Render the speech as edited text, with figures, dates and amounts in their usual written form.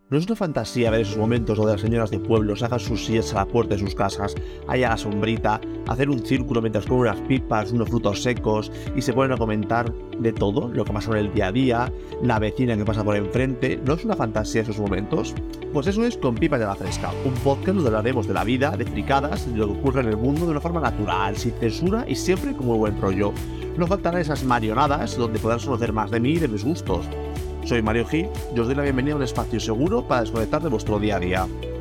No es una fantasía ver esos momentos donde las señoras de pueblo sacan sus sillas a la puerta de sus casas, haya la sombrita, hacer un círculo mientras comen unas pipas, unos frutos secos y se ponen a comentar de todo, lo que pasa en el día a día, la vecina que pasa por enfrente. ¿No es una fantasía esos momentos? Pues eso es Con Pipas de la Fresca, un podcast donde hablaremos de la vida, de fricadas, de lo que ocurre en el mundo de una forma natural, sin censura y siempre con muy buen rollo. No faltarán esas marionadas donde podrás conocer más de mí y de mis gustos. Soy Mario G y os doy la bienvenida a un espacio seguro para desconectar de vuestro día a día.